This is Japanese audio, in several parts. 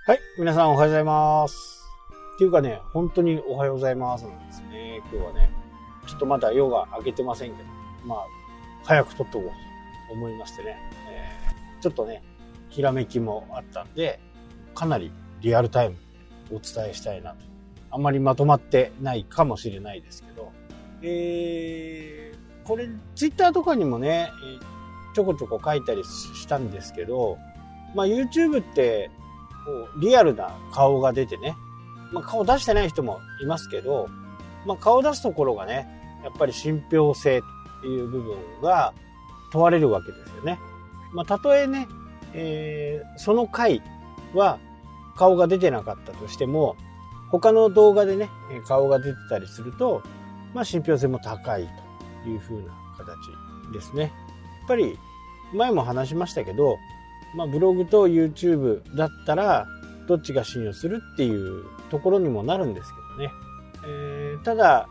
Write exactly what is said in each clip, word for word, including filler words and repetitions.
はい、皆さんおはようございます。っていうかね、本当におはようございますなんですね。今日はね、ちょっとまだ夜が明けてませんけど、まあ、早く撮っとこうと思いましてね、えー、ちょっとね、ひらめきもあったんで、かなりリアルタイムでお伝えしたいなと。あんまりまとまってないかもしれないですけど、えー、これ、ツイッターとかにもね、ちょこちょこ書いたりしたんですけど、まあ YouTube って、リアルな顔が出てね、まあ、顔出してない人もいますけど、まあ、顔出すところがね、やっぱり信憑性という部分が問われるわけですよね。まあ、たとえね、えー、その回は顔が出てなかったとしても、他の動画でね、顔が出てたりすると、まあ、信憑性も高いという風な形ですね。やっぱり前も話しましたけど、まあ、ブログと YouTube だったらどっちが信用するっていうところにもなるんですけどね、えー、ただ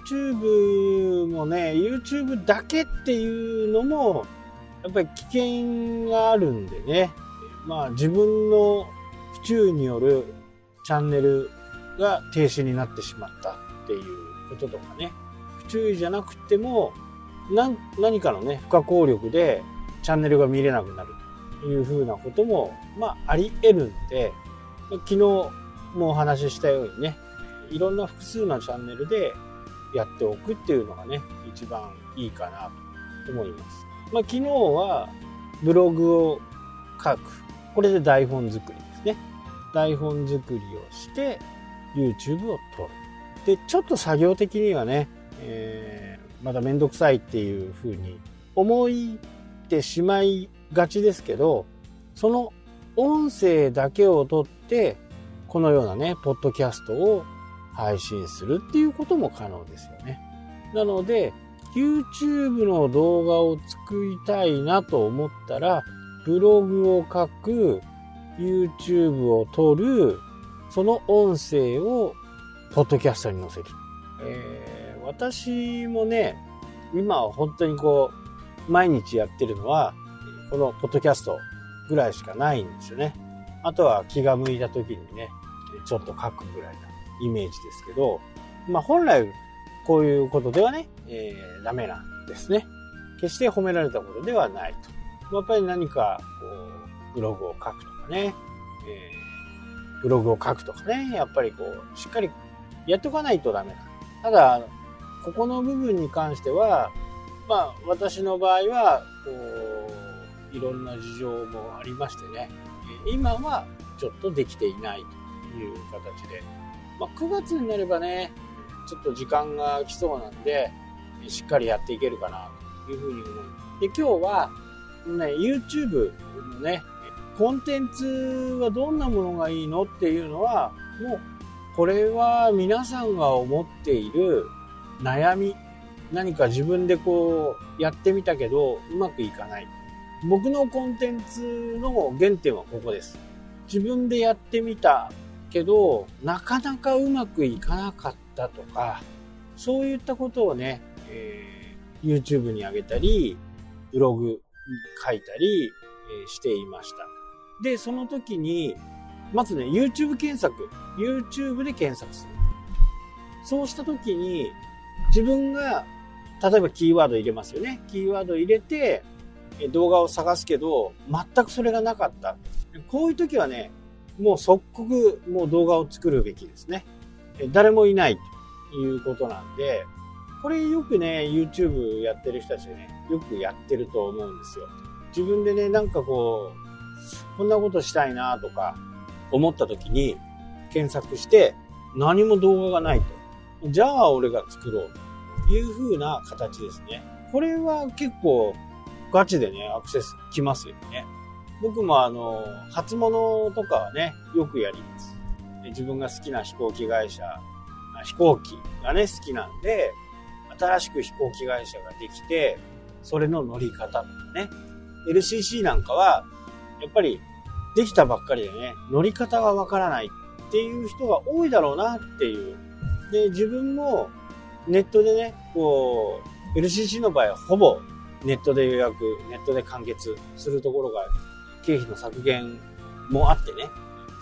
YouTube もね YouTube だけっていうのもやっぱり危険があるんでね、まあ自分の不注意によるチャンネルが停止になってしまったっていうこととかね、不注意じゃなくても何、何かのね不可抗力でチャンネルが見れなくなるというふうなことも、まあ、あり得るんで、昨日もお話ししたようにね、いろんな複数のチャンネルでやっておくっていうのがね、一番いいかなと思います。まあ、昨日はブログを書く。これで台本作りですね。台本作りをして YouTube を撮る。で、ちょっと作業的にはね、えー、まだめんどくさいっていうふうに思ってしまいがちですけど、その音声だけを取ってこのようなねポッドキャストを配信するっていうことも可能ですよね。なので YouTube の動画を作りたいなと思ったらブログを書く、 YouTube を撮る、その音声をポッドキャストに載せる、えー、私もね今は本当にこう毎日やってるのはこのポッドキャストぐらいしかないんですよね。あとは気が向いた時にね、ちょっと書くぐらいなイメージですけど、まあ本来こういうことではね、えー、ダメなんですね。決して褒められたことではないと。やっぱり何かこうブログを書くとかね、えー、ブログを書くとかね、やっぱりこうしっかりやっておかないとダメだ。ただここの部分に関しては、まあ私の場合はこういろんな事情もありましてね、今はちょっとできていないという形で、まあ、くがつになればねちょっと時間が来そうなんでしっかりやっていけるかなというふうに思います。で今日は、ね、YouTube のねコンテンツはどんなものがいいのっていうのはもうこれは皆さんが思っている悩み、何か自分でこうやってみたけどうまくいかない、僕のコンテンツの原点はここです。自分でやってみたけどなかなかうまくいかなかったとか、そういったことをね、えー、YouTube に上げたりブログに書いたり、えー、していました。でその時にまずね YouTube 検索 YouTube で検索する。そうした時に自分が例えばキーワード入れますよね。キーワード入れて動画を探すけど全くそれがなかった。こういう時はねもう即刻もう動画を作るべきですね。誰もいないということなんで、これよくね YouTube やってる人たちでねよくやってると思うんですよ。自分でねなんかこうこんなことしたいなとか思った時に検索して何も動画がないと、じゃあ俺が作ろうという風な形ですね。これは結構ガチでねアクセス来ますよね。僕もあの初物とかはねよくやります。自分が好きな飛行機会社、飛行機がね好きなんで新しく飛行機会社ができてそれの乗り方とかね、 エルシーシー なんかはやっぱりできたばっかりでね乗り方がわからないっていう人が多いだろうなっていう。で自分もネットでねこう エルシーシー の場合はほぼネットで予約、ネットで完結するところが経費の削減もあってね、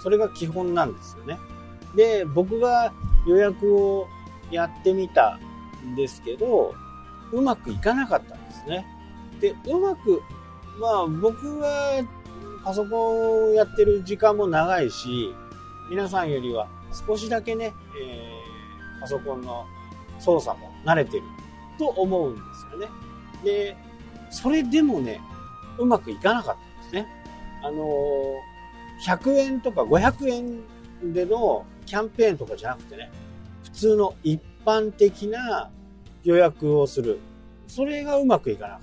それが基本なんですよね。で、僕が予約をやってみたんですけど、うまくいかなかったんですね。で、うまく、まあ僕はパソコンをやってる時間も長いし、皆さんよりは少しだけね、えー、パソコンの操作も慣れてると思うんですよね。で、それでもね、うまくいかなかったんですね。あのー、ひゃくえんとかごひゃくえんでのキャンペーンとかじゃなくてね、普通の一般的な予約をする。それがうまくいかなかった。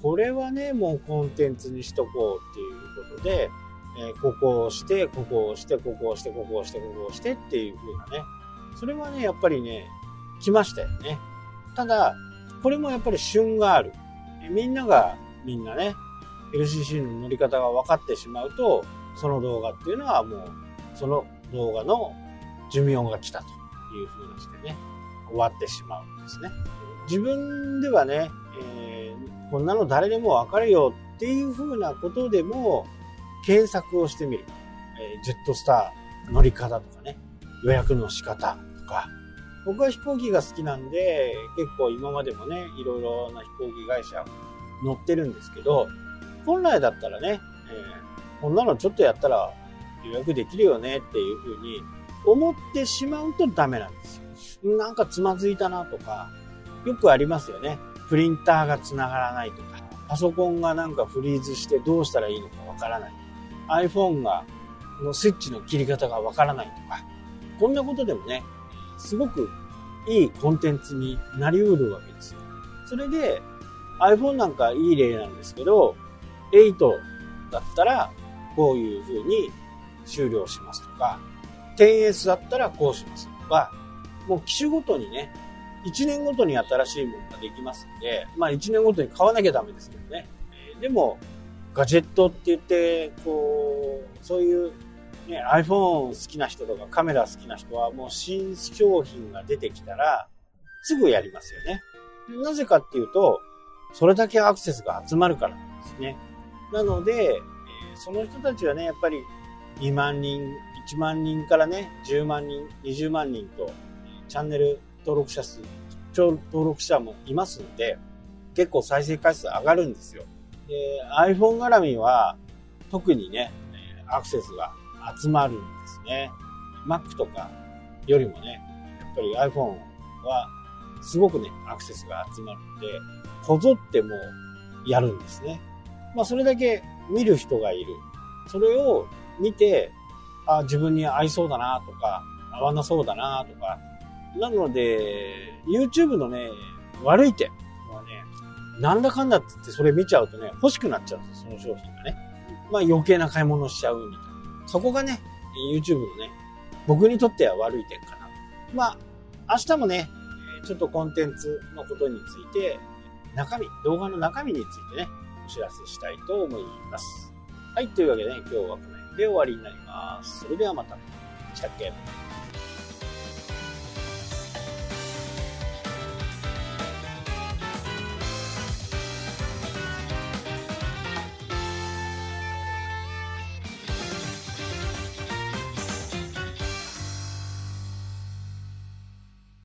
これはね、もうコンテンツにしとこうっていうことで、えー、ここをして、ここをして、ここをして、ここをして、ここをしてっていう風なね。それはね、やっぱりね、来ましたよね。ただ、これもやっぱり旬がある。みんながみんなね、エルシーシー の乗り方が分かってしまうと、その動画っていうのはもう、その動画の寿命が来たという風にしてね、終わってしまうんですね。自分ではね、えー、こんなの誰でも分かるよっていう風なことでも、検索をしてみる。えー、ジェットスター乗り方とかね、予約の仕方とか、僕は飛行機が好きなんで、結構今までもね、いろいろな飛行機会社乗ってるんですけど、本来だったらね、えー、こんなのちょっとやったら予約できるよねっていうふうに思ってしまうとダメなんですよ。なんかつまずいたなとか、よくありますよね。プリンターが繋がらないとか、パソコンがなんかフリーズしてどうしたらいいのかわからない。iPhone が、のスイッチの切り方がわからないとか、こんなことでもね、すごくいいコンテンツになりうるわけですよ。それで iPhone なんかいい例なんですけど、エイトだったらこういう風に終了しますとか、テンエス だったらこうしますとか、もう機種ごとにね、いちねんごとに新しいものができますので、まあいちねんごとに買わなきゃダメですけどね。でもガジェットって言って、こう、そういうね、iPhone 好きな人とかカメラ好きな人はもう新商品が出てきたらすぐやりますよね。なぜかっていうと、それだけアクセスが集まるからなんですね。なので、その人たちはね、やっぱりにまんにん、いちまんにんからね、じゅうまんにん、にじゅうまんにんとチャンネル登録者数、登録者もいますので、結構再生回数上がるんですよ。で、iPhone 絡みは特にね、アクセスが集まるんですね。Mac とかよりもね、やっぱり iPhone はすごくね、アクセスが集まるので、こぞってもやるんですね。まあそれだけ見る人がいる。それを見て、あ、自分に合いそうだなとか、合わなそうだなとか。なので、YouTube のね、悪い点はね、なんだかんだって言ってそれ見ちゃうとね、欲しくなっちゃうんですよ、その商品がね。まあ余計な買い物しちゃうみたいな。そこがね、YouTube のね、僕にとっては悪い点かな。まあ、明日もね、ちょっとコンテンツのことについて、中身、動画の中身についてね、お知らせしたいと思います。はい、というわけでね、今日はこの辺で終わりになります。それではまた。したっけ？